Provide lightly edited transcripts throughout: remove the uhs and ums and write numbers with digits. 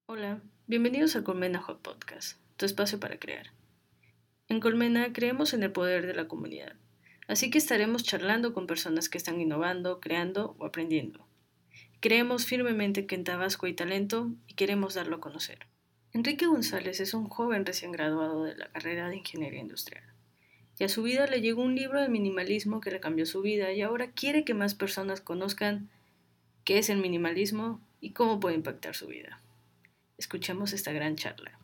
Hola, bienvenidos a Colmena Hot Podcast, tu espacio para crear. En Colmena creemos en el poder de la comunidad, así que estaremos charlando con personas que están innovando, creando o aprendiendo. Creemos firmemente que en Tabasco hay talento y queremos darlo a conocer. Enrique González es un joven recién graduado de la carrera de Ingeniería Industrial. Y a su vida le llegó un libro de minimalismo que le cambió su vida y ahora quiere que más personas conozcan qué es el minimalismo y cómo puede impactar su vida. Escuchemos esta gran charla.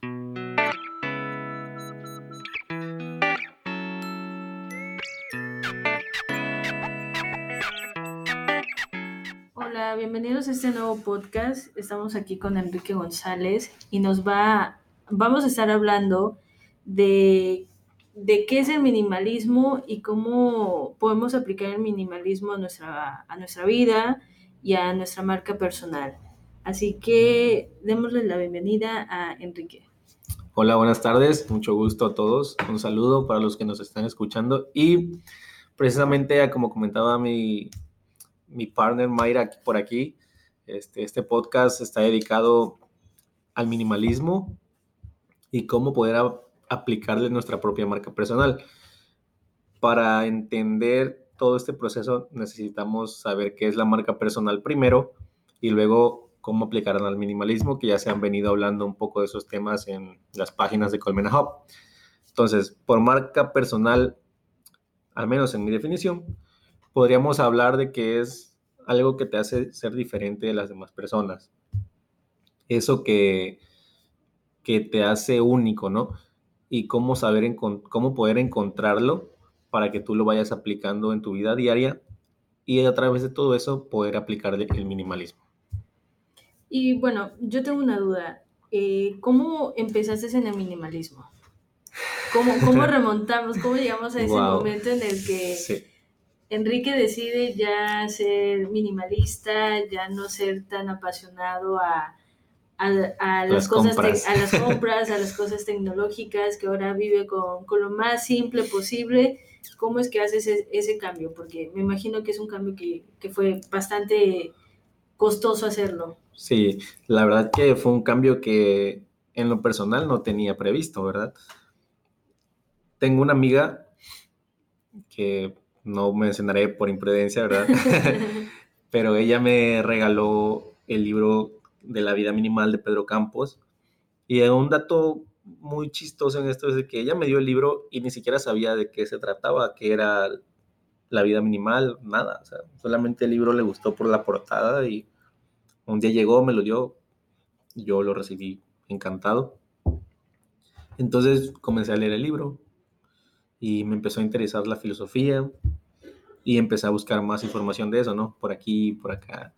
Hola, bienvenidos a este nuevo podcast. Estamos aquí con Enrique González y vamos a estar hablando de, de qué es el minimalismo y cómo podemos aplicar el minimalismo a nuestra vida y a nuestra marca personal. Así que démosle la bienvenida a Enrique. Hola, buenas tardes, mucho gusto a todos. Un saludo para los que nos están escuchando. Y precisamente, como comentaba mi partner Mayra por aquí, este podcast está dedicado al minimalismo y cómo poder aplicarle nuestra propia marca personal. Para entender todo este proceso necesitamos saber qué es la marca personal primero y luego cómo aplicarla al minimalismo, que ya se han venido hablando un poco de esos temas en las páginas de Colmena Hub. Entonces, por marca personal, al menos en mi definición, podríamos hablar de que es algo que te hace ser diferente de las demás personas. Eso que te hace único, ¿no? Y cómo cómo poder encontrarlo para que tú lo vayas aplicando en tu vida diaria y a través de todo eso poder aplicarle el minimalismo. Y bueno, yo tengo una duda. ¿Cómo empezaste en el minimalismo? ¿Cómo remontamos? ¿Cómo llegamos a ese Wow. momento en el que Sí. Enrique decide ya ser minimalista, ya no ser tan apasionado a las Las cosas, compras. a las compras, a las cosas tecnológicas, que ahora vive con lo más simple posible? ¿Cómo es que haces ese cambio? Porque me imagino que es un cambio que fue bastante costoso hacerlo. Sí, la verdad que fue un cambio que en lo personal no tenía previsto, ¿verdad? Tengo una amiga que no mencionaré por imprudencia, ¿verdad? Pero ella me regaló el libro de la vida minimal de Pedro Campos. Y un dato muy chistoso en esto es de que ella me dio el libro y ni siquiera sabía de qué se trataba, qué era la vida minimal, nada. O sea, solamente el libro le gustó por la portada y un día llegó, me lo dio, yo lo recibí encantado. Entonces comencé a leer el libro y me empezó a interesar la filosofía y empecé a buscar más información de eso, ¿no? Por aquí, por acá.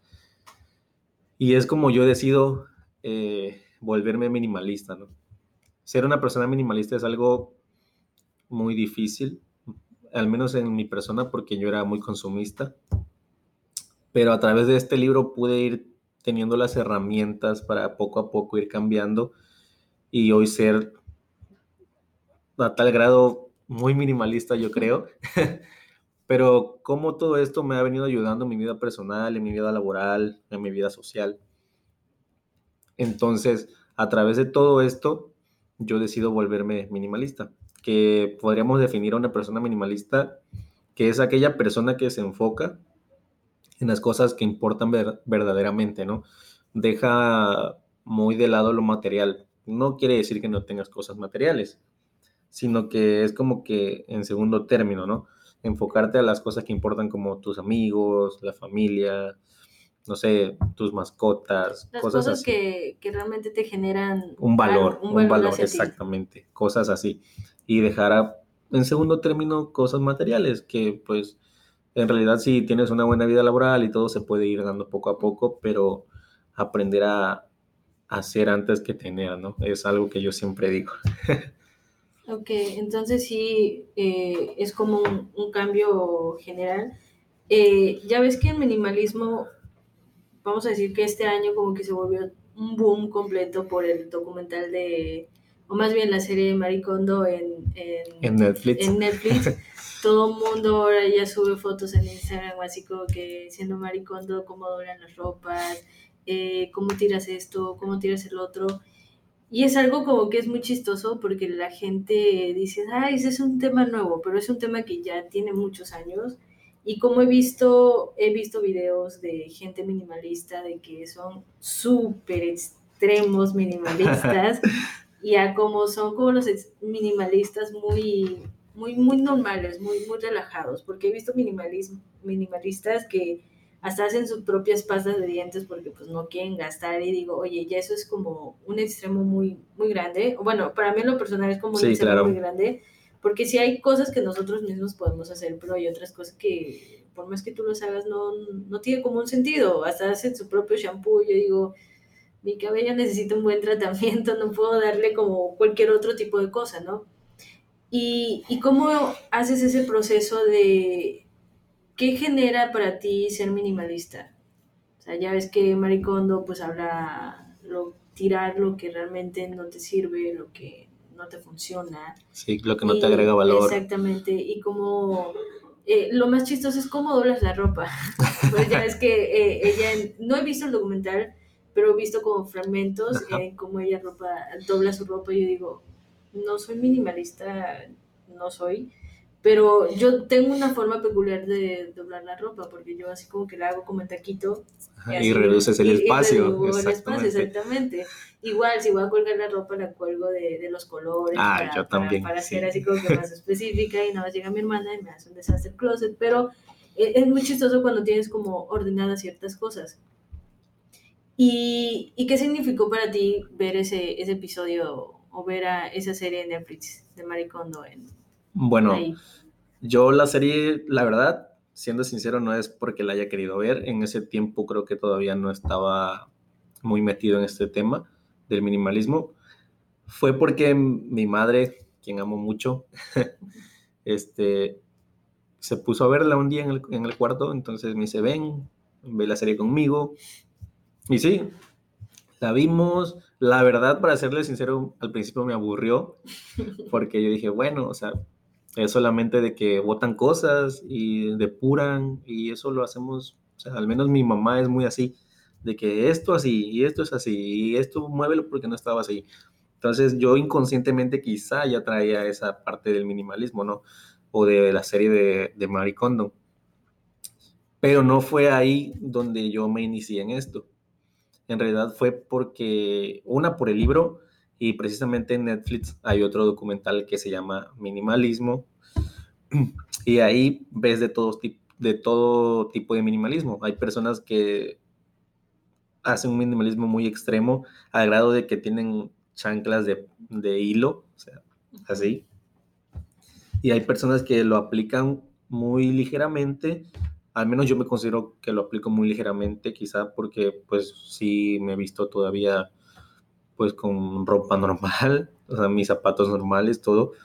Y es como yo decido volverme minimalista, ¿no? Ser una persona minimalista es algo muy difícil, al menos en mi persona, porque yo era muy consumista, pero a través de este libro pude ir teniendo las herramientas para poco a poco ir cambiando y hoy ser a tal grado muy minimalista, yo creo. Pero cómo todo esto me ha venido ayudando en mi vida personal, en mi vida laboral, en mi vida social. Entonces, a través de todo esto, yo decido volverme minimalista, que podríamos definir a una persona minimalista, que es aquella persona que se enfoca en las cosas que importan verdaderamente, ¿no? Deja muy de lado lo material. No quiere decir que no tengas cosas materiales, sino que es como que en segundo término, ¿no? Enfocarte a las cosas que importan como tus amigos, la familia, no sé, tus mascotas, Las cosas cosas así. que realmente te generan algo, un Un valor valor, hacia ti. exactamente, cosas así. Y en segundo término cosas materiales, que pues en realidad si tienes una buena vida laboral y todo se puede ir dando poco a poco, pero aprender a hacer antes que tener, ¿no? Es algo que yo siempre digo. Ok, entonces sí, es como un cambio general. Ya ves que el minimalismo, vamos a decir que este año como que se volvió un boom completo por el documental o más bien la serie de Marie Kondo En Netflix. en Netflix. Todo el mundo ahora ya sube fotos en Instagram, así como que siendo Marie Kondo, cómo doblan las ropas, cómo tiras esto, cómo tiras el otro. Y es algo como que es muy chistoso porque la gente dice, ay, ese es un tema nuevo, pero es un tema que ya tiene muchos años. Y como he visto videos de gente minimalista, de que son súper extremos minimalistas, y a como son como los minimalistas muy normales, muy relajados, porque he visto minimalistas que hasta hacen sus propias pastas de dientes porque pues no quieren gastar y digo, oye, ya eso es como un extremo muy grande. Bueno, para mí en lo personal es como un Sí, extremo muy claro. grande, porque sí hay cosas que nosotros mismos podemos hacer, pero hay otras cosas que por más que tú los hagas no tiene como un sentido. Hasta hacen su propio shampoo, yo digo, mi cabello necesita un buen tratamiento, no puedo darle como cualquier otro tipo de cosa, ¿no? Y cómo haces ese proceso de qué genera para ti ser minimalista. O sea, ya ves que Marie Kondo pues habla tirar lo que realmente no te sirve, lo que no te funciona. Sí, lo que no te agrega Y valor. exactamente, y como lo más chistoso es cómo doblas la ropa. Pues ya es que ella, no he visto el documental, pero he visto como fragmentos Ajá. cómo ella dobla su ropa y yo digo, no soy minimalista, no soy, pero yo tengo una forma peculiar de doblar la ropa, porque yo así como que la hago como en taquito, y Ajá, y así, reduces el y espacio, redujo el espacio, exactamente. exactamente. Igual, si voy a colgar la ropa, la cuelgo de los colores Ah, yo también, para ser sí. así como que más específica y nada más llega mi hermana y me hace un desastre el closet, pero es muy chistoso cuando tienes como ordenadas ciertas cosas. ¿Y qué significó para ti ver ese episodio o ver a esa serie de Netflix de Marie Kondo Bueno, ahí? yo la serie, la verdad, siendo sincero, no es porque la haya querido ver. En ese tiempo creo que todavía no estaba muy metido en este tema del minimalismo. Fue porque mi madre, quien amo mucho, este, se puso a verla un día en el cuarto, entonces me dice, ven, ve la serie conmigo. Y sí, la vimos. La verdad, para serle sincero, al principio me aburrió, porque yo dije, bueno, o sea, es solamente de que botan cosas y depuran, y eso lo hacemos, o sea, al menos mi mamá es muy así, de que esto así, y esto es así, y esto muévelo porque no estaba así. Entonces yo inconscientemente quizá ya traía esa parte del minimalismo, ¿no? O de la serie de Marie Kondo. Pero no fue ahí donde yo me inicié en esto. En realidad fue porque, una, por el libro, y precisamente en Netflix hay otro documental que se llama Minimalismo, y ahí ves de todo tipo de minimalismo. Hay personas que hacen un minimalismo muy extremo, al grado de que tienen chanclas de hilo, o sea, así. Y hay personas que lo aplican muy ligeramente. Al menos yo me considero que lo aplico muy ligeramente, quizá porque pues sí me he visto todavía pues con ropa normal, o sea, mis zapatos normales, todo.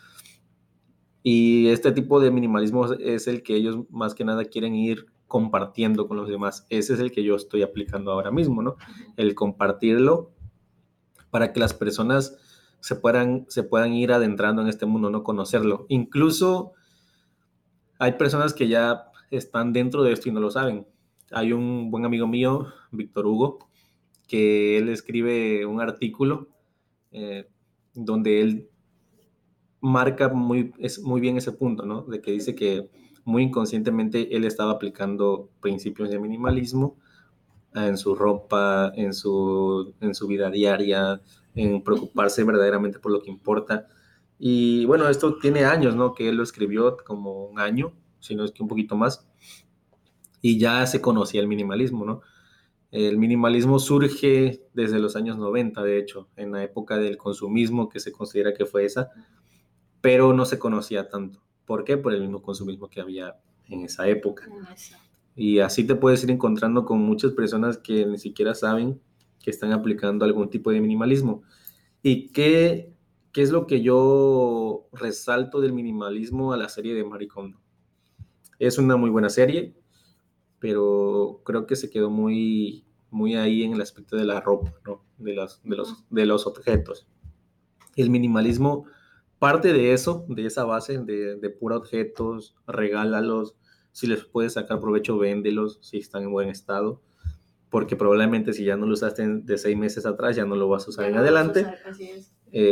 Y este tipo de minimalismo es el que ellos más que nada quieren ir compartiendo con los demás. Ese es el que yo estoy aplicando ahora mismo, ¿no? El compartirlo para que las personas se puedan ir adentrando en este mundo, no conocerlo. Incluso hay personas que ya están dentro de esto y no lo saben. Hay un buen amigo mío, Víctor Hugo, que él escribe un artículo eh, donde él marca muy bien ese punto, ¿no? De que dice que muy inconscientemente él estaba aplicando principios de minimalismo en su ropa, en su vida diaria, en preocuparse verdaderamente por lo que importa. Y bueno, esto tiene años, ¿no? Que él lo escribió como un año, si no es que un poquito más, y ya se conocía el minimalismo, ¿no? El minimalismo surge desde los años 90, de hecho, en la época del consumismo, que se considera que fue esa, pero no se conocía tanto. ¿Por qué? Por el mismo consumismo que había en esa época. Eso. Y así te puedes ir encontrando con muchas personas que ni siquiera saben que están aplicando algún tipo de minimalismo. ¿Y qué es lo que yo resalto del minimalismo a la serie de Marie Kondo? Es una muy buena serie, pero creo que se quedó muy ahí en el aspecto de la ropa, ¿no? De los objetos. El minimalismo parte de eso, de esa base de pura objetos, regálalos, si les puedes sacar provecho, véndelos, si están en buen estado. porque probablemente si ya no lo usaste de 6 meses atrás, ya no lo vas a usar Ya en no lo vas a adelante. usar, así es.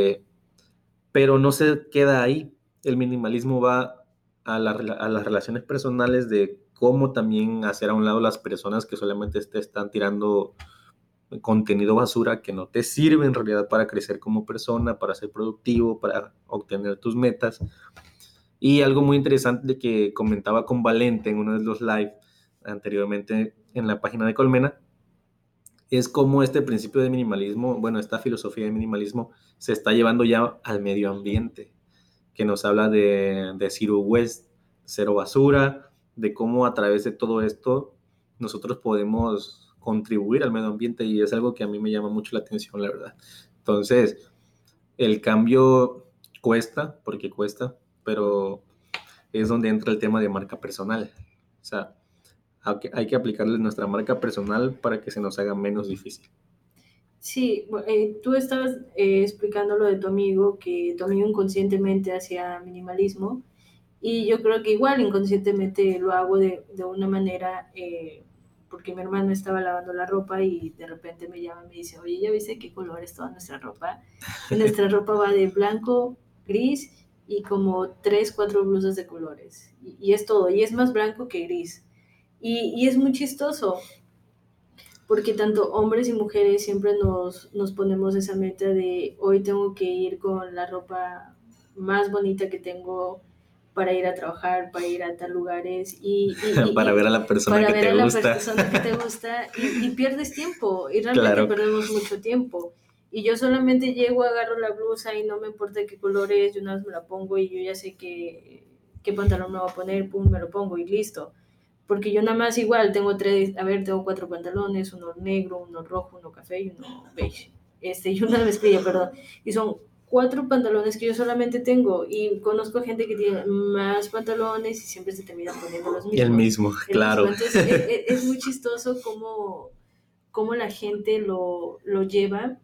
Pero no se queda ahí. El minimalismo va a las relaciones personales de cómo también hacer a un lado las personas que solamente te están tirando contenido basura que no te sirve en realidad para crecer como persona, para ser productivo, para obtener tus metas. Y algo muy interesante que comentaba con Valente en uno de los live anteriormente en la página de Colmena, es cómo este principio de minimalismo, bueno, esta filosofía de minimalismo se está llevando ya al medio ambiente, que nos habla de Zero Waste, cero basura, de cómo a través de todo esto nosotros podemos contribuir al medio ambiente y es algo que a mí me llama mucho la atención, la verdad. Entonces, el cambio cuesta, porque cuesta, pero es donde entra el tema de marca personal. O sea, hay que aplicarle nuestra marca personal para que se nos haga menos difícil. Sí, tú estabas explicando lo de tu amigo, que tu amigo inconscientemente hacía minimalismo y yo creo que igual inconscientemente lo hago de una manera, porque mi hermano estaba lavando la ropa y de repente me llama y me dice, oye, ¿ya viste qué color es toda nuestra ropa? Que nuestra ropa va de blanco, gris y como tres, cuatro blusas de colores. Y es todo, y es más blanco que gris. Y es muy chistoso porque tanto hombres y mujeres siempre nos ponemos esa meta de hoy tengo que ir con la ropa más bonita que tengo para ir a trabajar, para ir a tal lugares Para ver a la y persona para que ver te a la gusta. persona que te gusta y pierdes tiempo y realmente Claro. perdemos mucho tiempo. Y yo solamente llego, agarro la blusa y no me importa qué color es, yo una vez me la pongo y yo ya sé qué pantalón me voy a poner, pum, me lo pongo y listo porque yo nada más igual tengo tres, a ver, tengo cuatro pantalones, uno negro, uno rojo, uno café y uno beige. Y una mezclilla, perdón. Y son cuatro pantalones que yo solamente tengo y conozco gente que tiene más pantalones y siempre se terminan poniendo los Y el mismos. mismo, El mismo. claro. Entonces es muy chistoso cómo la gente lo lleva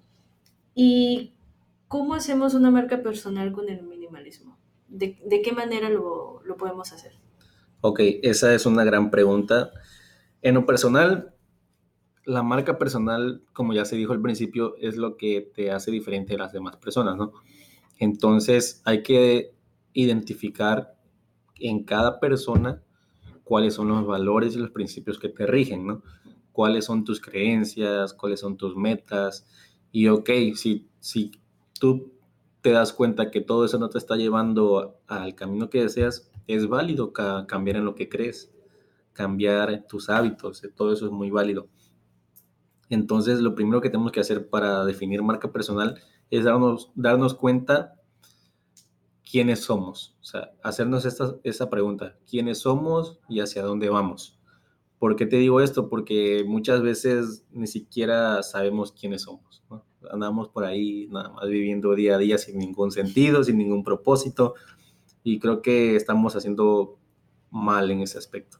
y cómo hacemos una marca personal con el minimalismo. ¿De qué manera lo podemos hacer? Ok, esa es una gran pregunta. En lo personal, la marca personal, como ya se dijo al principio, es lo que te hace diferente a las demás personas, ¿no? Entonces hay que identificar en cada persona cuáles son los valores y los principios que te rigen, ¿no? Cuáles son tus creencias, cuáles son tus metas. Y ok, si tú te das cuenta que todo eso no te está llevando al camino que deseas, es válido cambiar en lo que crees, cambiar tus hábitos, todo eso es muy válido. Entonces, lo primero que tenemos que hacer para definir marca personal es darnos cuenta quiénes somos. O sea, hacernos esa pregunta, ¿quiénes somos y hacia dónde vamos? ¿Por qué te digo esto? Porque muchas veces ni siquiera sabemos quiénes somos, ¿no? Andamos por ahí nada más viviendo día a día sin ningún sentido, sin ningún propósito, y creo que estamos haciendo mal en ese aspecto.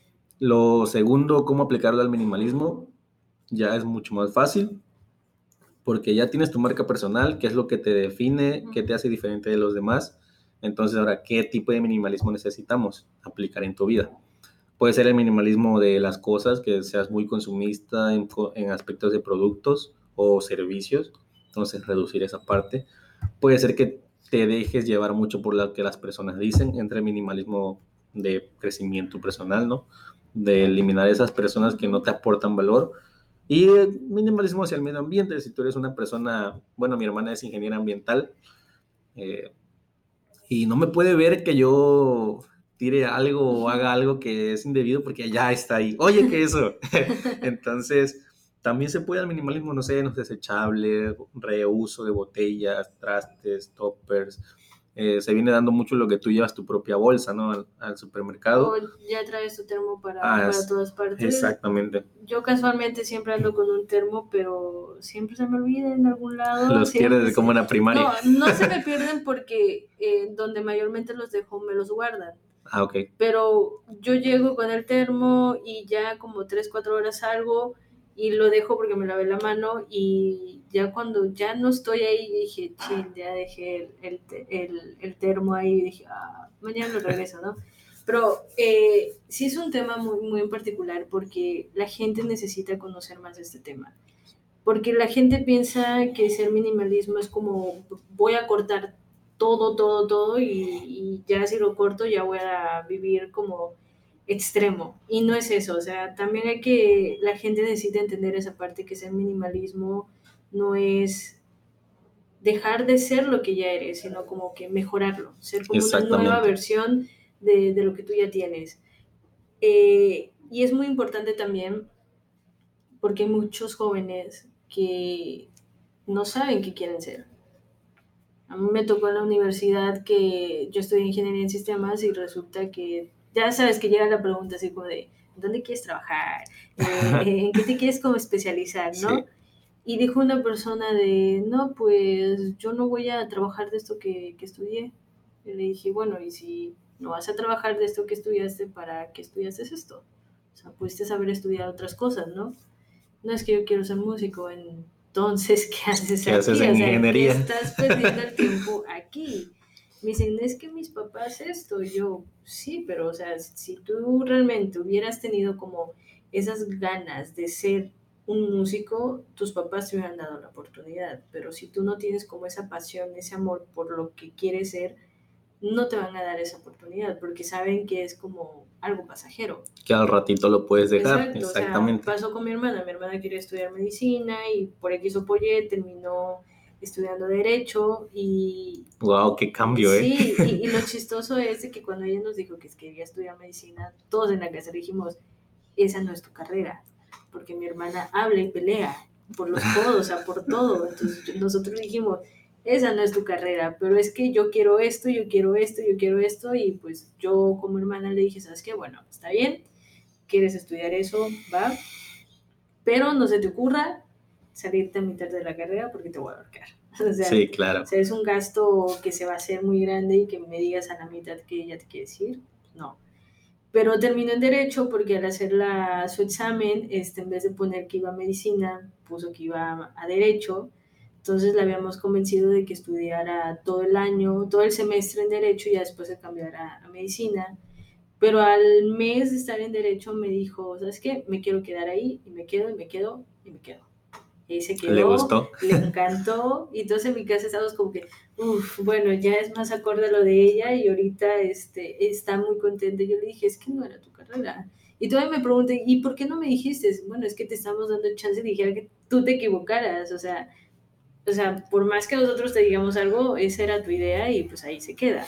Lo segundo, cómo aplicarlo al minimalismo, ya es mucho más fácil, porque ya tienes tu marca personal, qué es lo que te define, qué te hace diferente de los demás. Entonces, ahora, ¿qué tipo de minimalismo necesitamos aplicar en tu vida? Puede ser el minimalismo de las cosas, que seas muy consumista en aspectos de productos o servicios, entonces reducir esa parte. Puede ser que te dejes llevar mucho por lo que las personas dicen, entre minimalismo de crecimiento personal, ¿no? De eliminar esas personas que no te aportan valor. Y el minimalismo hacia el medio ambiente, si tú eres una persona, bueno, mi hermana es ingeniera ambiental, eh, y no me puede ver que yo tire algo o haga algo que es indebido porque ya está ahí. Oye, ¿qué es eso? Entonces, también se puede al minimalismo, no sé, en los desechables, reuso de botellas, trastes, toppers. Se viene dando mucho lo que tú llevas tu propia bolsa, ¿no? Al O supermercado. ya traes tu termo Ah, para todas partes. exactamente. Yo casualmente siempre ando con un termo, pero siempre se me olvida en algún lado. Los Siempre pierdes como en la primaria. no se me pierden porque donde mayormente los dejo me los guardan. Ah, ok. Pero yo llego con el termo y ya como 3 4 horas salgo y lo dejo porque me lavé la mano y ya cuando ya no estoy ahí dije, chin, ya dejé el termo ahí y dije, mañana lo regreso, ¿no? Pero sí es un tema muy, muy en particular porque la gente necesita conocer más de este tema. Porque la gente piensa que ser minimalismo es como voy a cortar todo, todo, todo y ya si lo corto ya voy a vivir como extremo. Y no es eso, o sea, también hay que, la gente necesita entender esa parte que ser minimalismo no es dejar de ser lo que ya eres, sino como que mejorarlo, ser como una nueva Exactamente. versión de lo que tú ya tienes. Y es muy importante también porque hay muchos jóvenes que no saben qué quieren ser. A mí me tocó en la universidad que yo estudié ingeniería en sistemas y resulta que ya sabes que llega la pregunta así como de ¿dónde quieres trabajar? ¿En qué te quieres como especializar? ¿No? Sí, Y dijo una persona de, no, pues yo no voy a trabajar de esto que estudié. Y le dije, bueno, y si no vas a trabajar de esto que estudiaste, ¿para qué estudiaste esto? O sea, pudiste haber estudiado otras cosas, ¿no? No es que yo quiero ser músico, entonces, ¿qué haces ¿qué haces aquí? en O sea, ¿qué ingeniería? estás perdiendo el tiempo aquí? Me dicen, es que mis papás esto, y yo, sí, pero, o sea, si tú realmente hubieras tenido como esas ganas de ser un músico, tus papás te hubieran dado la oportunidad, pero si tú no tienes como esa pasión, ese amor por lo que quieres ser, no te van a dar esa oportunidad porque saben que es como algo pasajero. Que al ratito lo puedes dejar, Exacto, o sea, exactamente. pasó con mi hermana quería estudiar medicina y por X o por Y terminó estudiando derecho Wow, qué cambio, ¿eh? sí, y lo chistoso es de que cuando ella nos dijo que quería estudiar medicina, todos en la casa le dijimos, esa no es tu carrera, porque mi hermana habla y pelea por los codos, o sea, por todo. Entonces nosotros dijimos, esa no es tu carrera, pero es que yo quiero esto, yo quiero esto, yo quiero esto, y pues yo como hermana le dije, ¿sabes qué? Bueno, está bien, quieres estudiar eso, va, pero no se te ocurra salirte a mitad de la carrera porque te voy a ahorcar. Sí, O claro. sea, es un gasto que se va a hacer muy grande y que me digas a la mitad que ella te quiere decir, no. Pero terminó en Derecho porque al hacer su examen, en vez de poner que iba a Medicina, puso que iba a Derecho. Entonces la habíamos convencido de que estudiara todo el año, todo el semestre en Derecho y ya después se cambiara a Medicina. Pero al mes de estar en Derecho me dijo, ¿sabes qué? Me quiero quedar ahí y me quedo y me quedo y me quedo. Y ahí se ¿Le quedó, gustó? le encantó, y entonces en mi casa estamos como que, uff, bueno, ya es más acorde a lo de ella y ahorita está muy contenta. Yo le dije, es que no era tu carrera. Y todavía me pregunté, ¿y por qué no me dijiste? Bueno, es que te estamos dando chance de dijera que tú te equivocaras, o sea, por más que nosotros te digamos algo, esa era tu idea y pues ahí se queda.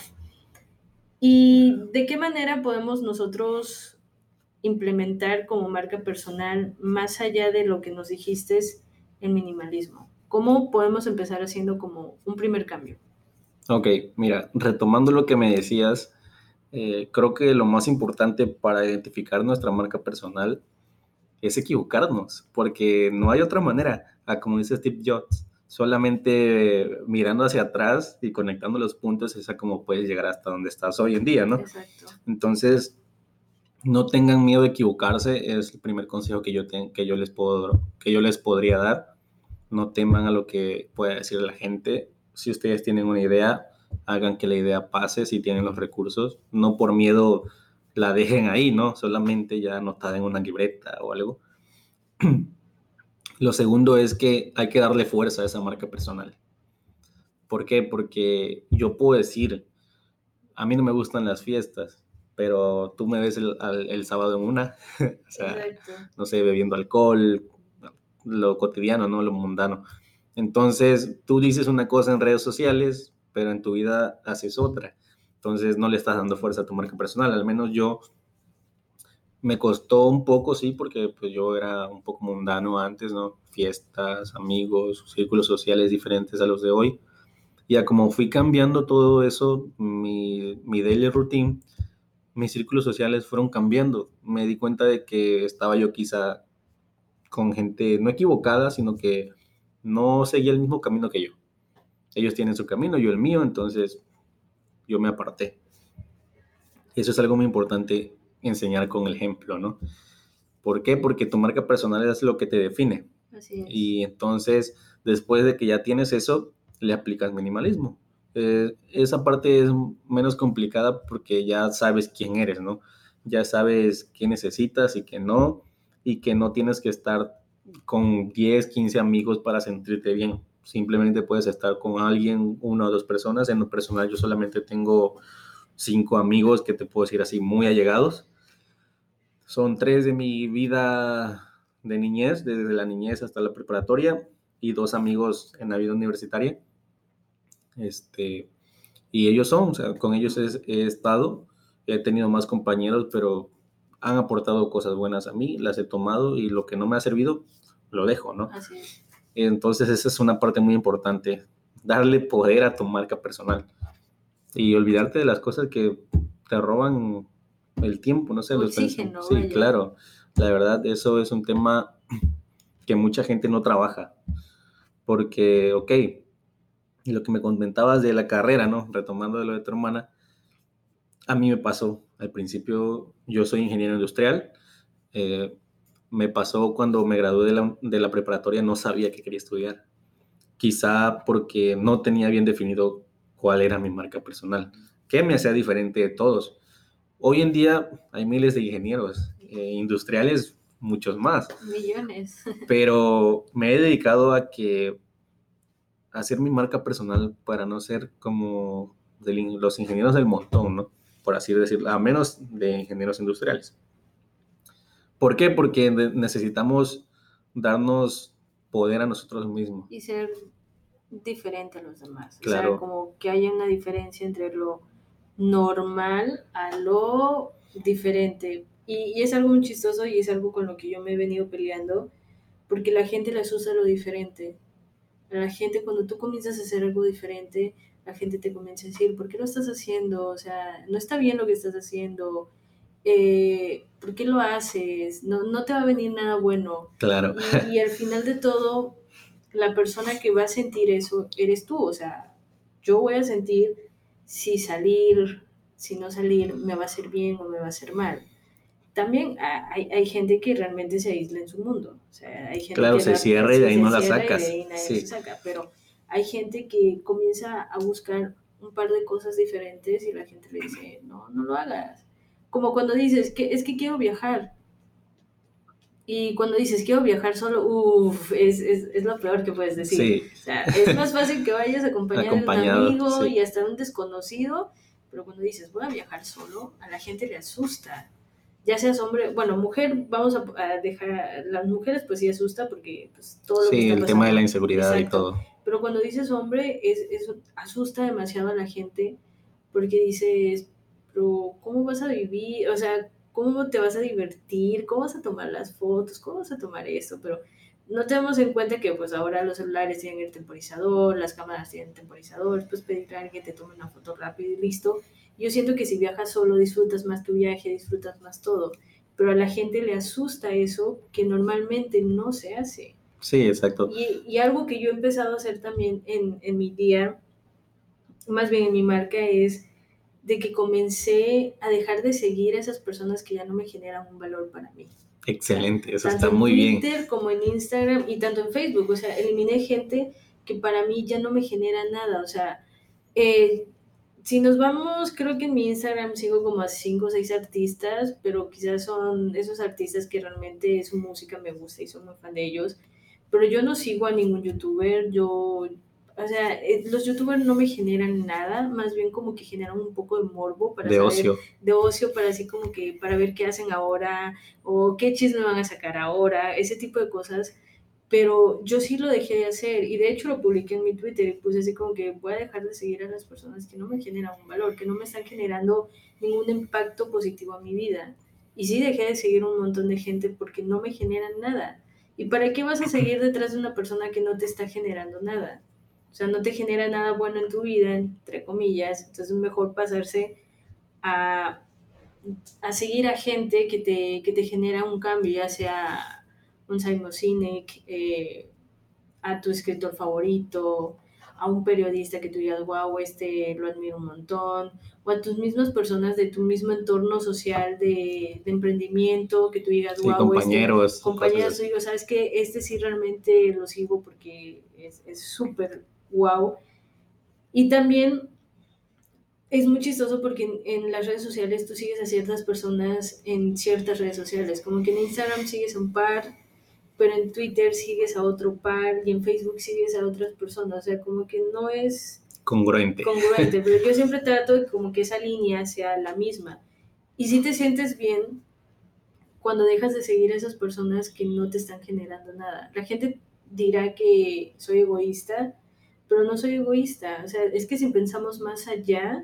¿Y de qué manera podemos nosotros implementar como marca personal más allá de lo que nos dijiste el minimalismo? ¿Cómo podemos empezar haciendo como un primer cambio? Ok, mira, retomando lo que me decías, creo que lo más importante para identificar nuestra marca personal es equivocarnos, porque no hay otra manera. Como dice Steve Jobs, solamente mirando hacia atrás y conectando los puntos es a como puedes llegar hasta donde estás hoy en día, ¿no? Exacto. Entonces, no tengan miedo de equivocarse, es el primer consejo que yo les podría dar. No teman a lo que pueda decir la gente. Si ustedes tienen una idea, hagan que la idea pase si tienen los recursos. No por miedo la dejen ahí, ¿no? Solamente ya anotada en una libreta o algo. Lo segundo es que hay que darle fuerza a esa marca personal. ¿Por qué? Porque yo puedo decir, a mí no me gustan las fiestas, pero tú me ves el sábado en una, o sea, Exacto. no sé, bebiendo alcohol, lo cotidiano, ¿no? Lo mundano. Entonces, tú dices una cosa en redes sociales, pero en tu vida haces otra. Entonces, no le estás dando fuerza a tu marca personal. Al menos yo me costó un poco, sí, porque pues yo era un poco mundano antes, ¿no? Fiestas, amigos, círculos sociales diferentes a los de hoy. Y a como fui cambiando todo eso, mi daily routine, mis círculos sociales fueron cambiando. Me di cuenta de que estaba yo quizá con gente no equivocada, sino que no seguía el mismo camino que yo. Ellos tienen su camino, yo el mío, entonces yo me aparté. Eso es algo muy importante enseñar con el ejemplo, ¿no? ¿Por qué? Porque tu marca personal es lo que te define. Así es. Y entonces, después de que ya tienes eso, le aplicas minimalismo. Esa parte es menos complicada porque ya sabes quién eres, ¿no? Ya sabes qué necesitas y que no tienes que estar con 10, 15 amigos para sentirte bien. Simplemente puedes estar con alguien, una o dos personas. En lo personal, yo solamente tengo 5 amigos que te puedo decir así, muy allegados. Son 3 de mi vida de niñez, desde la niñez hasta la preparatoria, y 2 amigos en la vida universitaria. Y ellos son, o sea, con ellos he estado, he tenido más compañeros, pero han aportado cosas buenas a mí, las he tomado y lo que no me ha servido, lo dejo, ¿no? Así es. Entonces esa es una parte muy importante, darle poder a tu marca personal y olvidarte de las cosas que te roban el tiempo, no sé, los Oxígeno, sí, vaya. claro, la verdad, eso es un tema que mucha gente no trabaja, porque, ok, lo que me comentabas de la carrera, ¿no? Retomando de lo de tu hermana, a mí me pasó, al principio yo soy ingeniero industrial, eh, me pasó cuando me gradué de la preparatoria, no sabía qué quería estudiar, quizá porque no tenía bien definido cuál era mi marca personal, qué me hacía diferente de todos. Hoy en día hay miles de ingenieros industriales, muchos más, Millones. pero me he dedicado a hacer mi marca personal para no ser como los ingenieros del montón, ¿no? Por así decirlo, a menos de ingenieros industriales. ¿Por qué? Porque necesitamos darnos poder a nosotros mismos. Y ser diferente a los demás. O sea, Claro, como que haya una diferencia entre lo normal a lo diferente. Y es algo muy chistoso y es algo con lo que yo me he venido peleando, porque la gente le asusta lo diferente. A la gente, cuando tú comienzas a hacer algo diferente, la gente te comienza a decir, ¿por qué lo estás haciendo? O sea, no está bien lo que estás haciendo. ¿Por qué lo haces? No, no te va a venir nada bueno. claro, Y al final de todo, la persona que va a sentir eso eres tú. O sea, yo voy a sentir si salir, si no salir, me va a hacer bien o me va a hacer mal. También hay gente que realmente se aísla en su mundo. O sea, hay gente claro, que se cierra y de sí ahí se no la cierra y de sacas. ahí nadie los Sí, saca. Pero hay gente que comienza a buscar un par de cosas diferentes y la gente le dice, no, no lo hagas. Como cuando dices, que es que quiero viajar. Y cuando dices quiero viajar solo, uff, es lo peor que puedes decir. sí, O sea, es más fácil que vayas acompañado de un acompañado, amigo y sí, hasta un desconocido, pero cuando dices voy a viajar solo, a la gente le asusta. Ya seas hombre, bueno, mujer, vamos a dejar, las mujeres pues sí asusta porque pues todo lo que sí, está el tema de la pasando, inseguridad y exacto. todo. Pero cuando dices hombre, asusta demasiado a la gente porque dices, pero ¿cómo vas a vivir? O sea, ¿cómo te vas a divertir? ¿Cómo vas a tomar las fotos? ¿Cómo vas a tomar esto? Pero no tenemos en cuenta que pues ahora los celulares tienen el temporizador, las cámaras tienen temporizador, pues pedirle a alguien que te tome una foto rápido y listo. Yo siento que si viajas solo disfrutas más tu viaje, disfrutas más todo, pero a la gente le asusta eso que normalmente no se hace. Sí, exacto. Y algo que yo he empezado a hacer también en mi día, más bien en mi marca, es de que comencé a dejar de seguir a esas personas que ya no me generan un valor para mí. O sea, Excelente, eso tanto está en muy bien. Twitter como en Instagram y tanto en Facebook. O sea, eliminé gente que para mí ya no me genera nada. O sea, eh, si nos vamos, creo que en mi Instagram sigo como a 5 o 6 artistas, pero quizás son esos artistas que realmente su música me gusta y soy muy fan de ellos. Pero yo no sigo a ningún youtuber, o sea, los youtubers no me generan nada, más bien como que generan un poco de morbo para De saber, ocio. de ocio, para así como que, para ver qué hacen ahora, o qué chisme van a sacar ahora, ese tipo de cosas. Pero yo sí lo dejé de hacer y de hecho lo publiqué en mi Twitter y puse así como que voy a dejar de seguir a las personas que no me generan un valor, que no me están generando ningún impacto positivo a mi vida. Y sí dejé de seguir un montón de gente porque no me generan nada. ¿Y para qué vas a seguir detrás de una persona que no te está generando nada? O sea, no te genera nada bueno en tu vida, entre comillas. Entonces es mejor pasarse a, a seguir a gente que te genera un cambio, ya sea un Simon Sinek, a tu escritor favorito, a un periodista que tú digas, wow, este lo admiro un montón, o a tus mismas personas de tu mismo entorno social de emprendimiento, que tú digas, Sí, wow, este compañeros, cosas compañero así. tuyo, sabes que este sí realmente lo sigo porque es súper wow. Y también es muy chistoso porque en las redes sociales tú sigues a ciertas personas en ciertas redes sociales, como que en Instagram sigues a un par, pero en Twitter sigues a otro par y en Facebook sigues a otras personas, o sea, como que no es Congruente. congruente, pero yo siempre trato de como que esa línea sea la misma. Y si te sientes bien cuando dejas de seguir a esas personas que no te están generando nada. La gente dirá que soy egoísta, pero no soy egoísta. O sea, es que si pensamos más allá,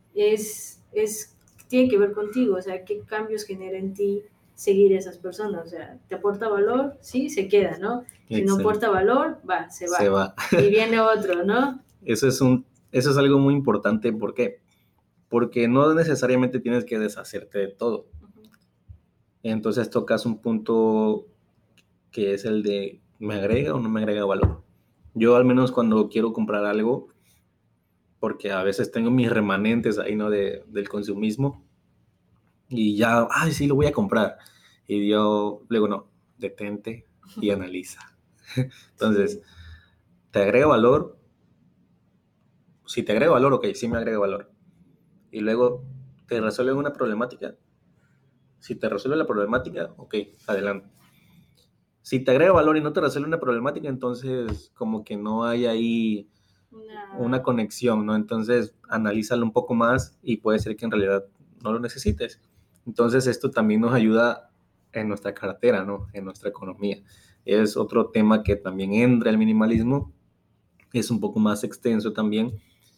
tiene que ver contigo. O sea, qué cambios genera en ti seguir a esas personas. O sea, ¿te aporta valor? Sí, se queda, ¿no? Si no Exacto. aporta valor, va, se Se va. va. Y viene otro, ¿no? Eso es algo muy importante. ¿Por qué? Porque no necesariamente tienes que deshacerte de todo. Entonces tocas un punto que es el de ¿me agrega o no me agrega valor? Yo al menos cuando quiero comprar algo, porque a veces tengo mis remanentes ahí, ¿no? Del consumismo y ya, ay, sí, lo voy a comprar. Y yo luego no, detente y analiza. Entonces, Sí. ¿te agrega valor? Si te agrega valor, ok, sí me agrega valor. Y luego, ¿te resuelve una problemática? Si te resuelve la problemática, ok, adelante. Si te agrega valor y no te resuelve una problemática, entonces como que no hay ahí una Una... conexión, ¿no? Entonces analízalo un poco más y puede ser que en realidad no lo necesites. Entonces esto también nos ayuda en nuestra cartera, ¿no? En nuestra economía. Es otro tema que también entra el minimalismo, es un poco más extenso también,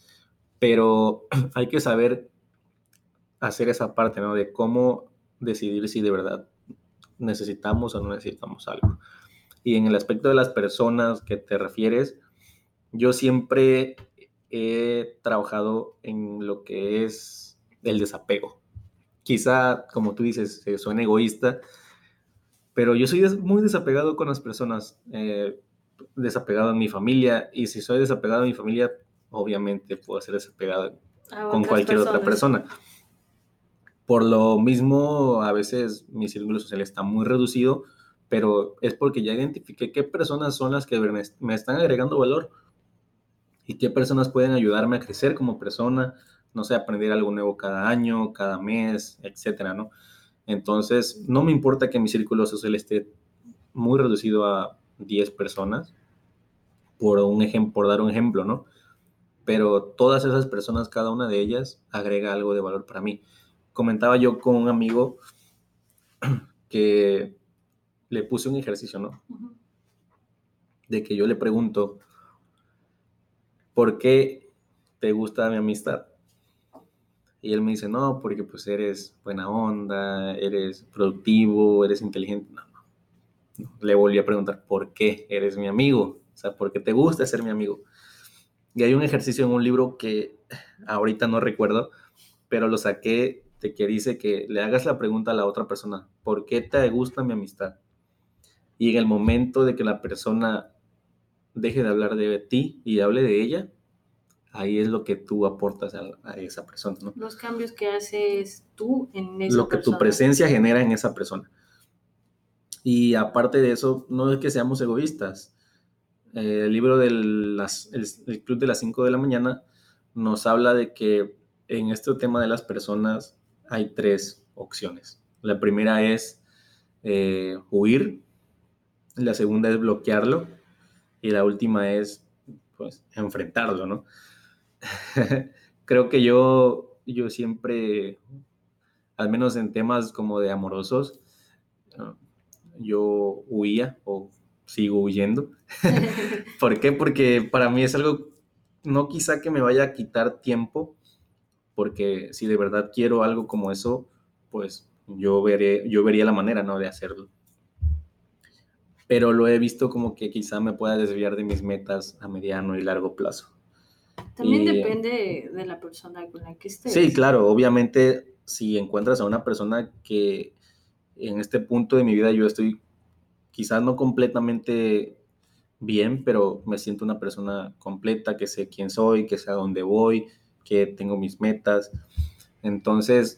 pero hay que saber hacer esa parte, ¿no? De cómo decidir si de verdad necesitamos o no necesitamos algo. Y en el aspecto de las personas que te refieres, yo siempre he trabajado en lo que es el desapego. Quizá, como tú dices, suena egoísta, pero yo soy muy desapegado con las personas, desapegado en mi familia, y si soy desapegado en mi familia, obviamente puedo ser desapegado A con otras cualquier otra personas. persona. Por lo mismo, a veces mi círculo social está muy reducido, pero es porque ya identifiqué qué personas son las que me están agregando valor y qué personas pueden ayudarme a crecer como persona, no sé, aprender algo nuevo cada año, cada mes, etcétera, ¿no? Entonces, no me importa que mi círculo social esté muy reducido a 10 personas, por dar un ejemplo, ¿no? Pero todas esas personas, cada una de ellas, agrega algo de valor para mí. Comentaba yo con un amigo que le puse un ejercicio, ¿no? Ujú. De que yo le pregunto, ¿por qué te gusta mi amistad? Y él me dice, no, porque pues eres buena onda, eres productivo, eres inteligente. No, no. Le volví a preguntar, ¿por qué eres mi amigo? O sea, ¿por qué te gusta ser mi amigo? Y hay un ejercicio en un libro que ahorita no recuerdo, pero lo saqué de que dice que le hagas la pregunta a la otra persona, ¿por qué te gusta mi amistad? Y en el momento de que la persona deje de hablar de ti y hable de ella, ahí es lo que tú aportas a esa persona, ¿no? Los cambios que haces tú en esa Lo que tu persona. presencia genera en esa persona. Y aparte de eso, no es que seamos egoístas. El libro el Club de las 5 de la mañana nos habla de que en este tema de las personas hay tres opciones. La primera es huir, la segunda es bloquearlo y la última es pues enfrentarlo, ¿no? Creo que yo siempre, al menos en temas como de amorosos, ¿no? Yo huía o sigo huyendo. ¿Por qué? Porque para mí es algo, no quizá que me vaya a quitar tiempo, porque si de verdad quiero algo como eso, pues yo vería la manera, ¿no? De hacerlo. Pero lo he visto como que quizá me pueda desviar de mis metas a mediano y largo plazo. También Y depende de la persona con la que sí, estés. claro, obviamente si encuentras a una persona que en este punto de mi vida yo estoy quizás no completamente bien, pero me siento una persona completa, que sé quién soy, que sé a dónde voy, que tengo mis metas. Entonces,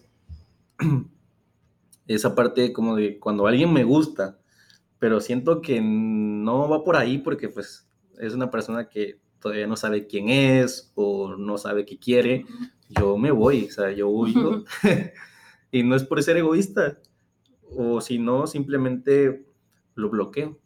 esa parte como de cuando alguien me gusta, pero siento que no va por ahí porque pues es una persona que todavía no sabe quién es o no sabe qué quiere, yo me voy, o sea, yo huyo. Y no es por ser egoísta, o si no, simplemente lo bloqueo.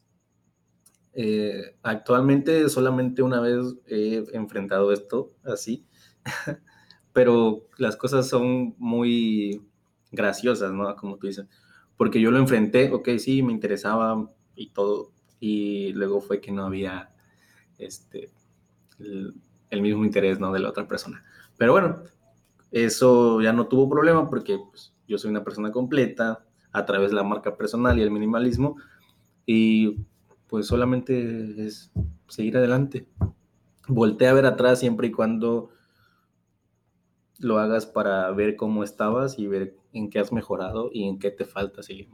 Actualmente solamente una vez he enfrentado esto así, pero las cosas son muy graciosas, ¿no? Como tú dices, porque yo lo enfrenté, ok, sí, me interesaba y todo, y luego fue que no había este, el mismo interés, ¿no? De la otra persona. Pero bueno, eso ya no tuvo problema porque pues, yo soy una persona completa a través de la marca personal y el minimalismo, y pues solamente es seguir adelante. Voltea a ver atrás siempre y cuando lo hagas para ver cómo estabas y ver en qué has mejorado y en qué te falta seguir.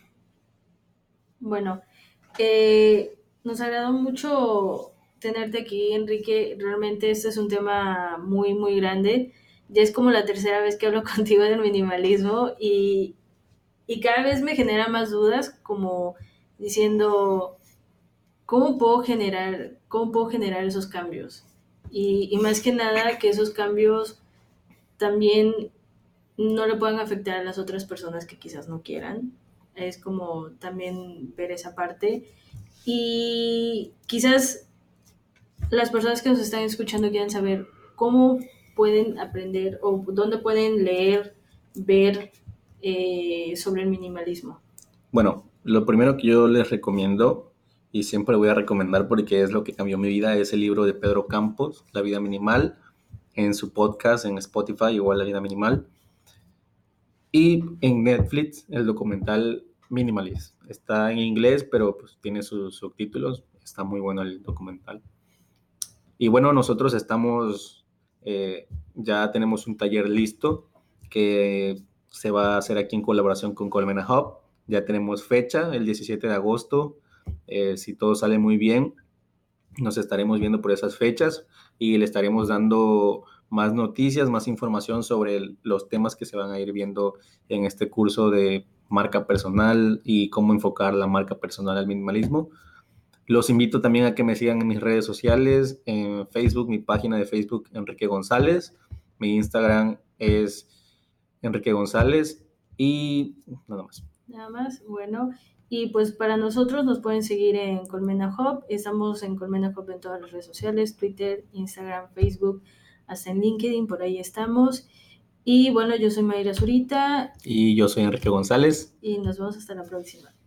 Bueno, nos agradó mucho tenerte aquí, Enrique. Realmente este es un tema muy, muy grande. Ya es como la tercera vez que hablo contigo del minimalismo y cada vez me genera más dudas, como diciendo, cómo puedo generar esos cambios? Y más que nada, que esos cambios también no le puedan afectar a las otras personas que quizás no quieran. Es como también ver esa parte. Y quizás las personas que nos están escuchando quieran saber cómo pueden aprender o dónde pueden leer, ver sobre el minimalismo. Bueno, lo primero que yo les recomiendo, y siempre voy a recomendar porque es lo que cambió mi vida, es el libro de Pedro Campos, La vida minimal, en su podcast, en Spotify, igual La vida minimal. Y en Netflix, el documental Minimalist. Está en inglés, pero pues tiene sus subtítulos. Está muy bueno el documental. Y bueno, nosotros estamos, ya tenemos un taller listo que se va a hacer aquí en colaboración con Colmena Hub. Ya tenemos fecha, el 17 de agosto. Si todo sale muy bien, nos estaremos viendo por esas fechas y le estaremos dando más noticias, más información sobre los temas que se van a ir viendo en este curso de marca personal y cómo enfocar la marca personal al minimalismo. Los invito también a que me sigan en mis redes sociales, en Facebook, mi página de Facebook, Enrique González, mi Instagram es Enrique González y nada más. Nada más, bueno. Y pues para nosotros nos pueden seguir en Colmena Hub. Estamos en Colmena Hub en todas las redes sociales, Twitter, Instagram, Facebook, hasta en LinkedIn, por ahí estamos. Y bueno, yo soy Mayra Zurita Y yo soy Enrique González. y nos vemos hasta la próxima.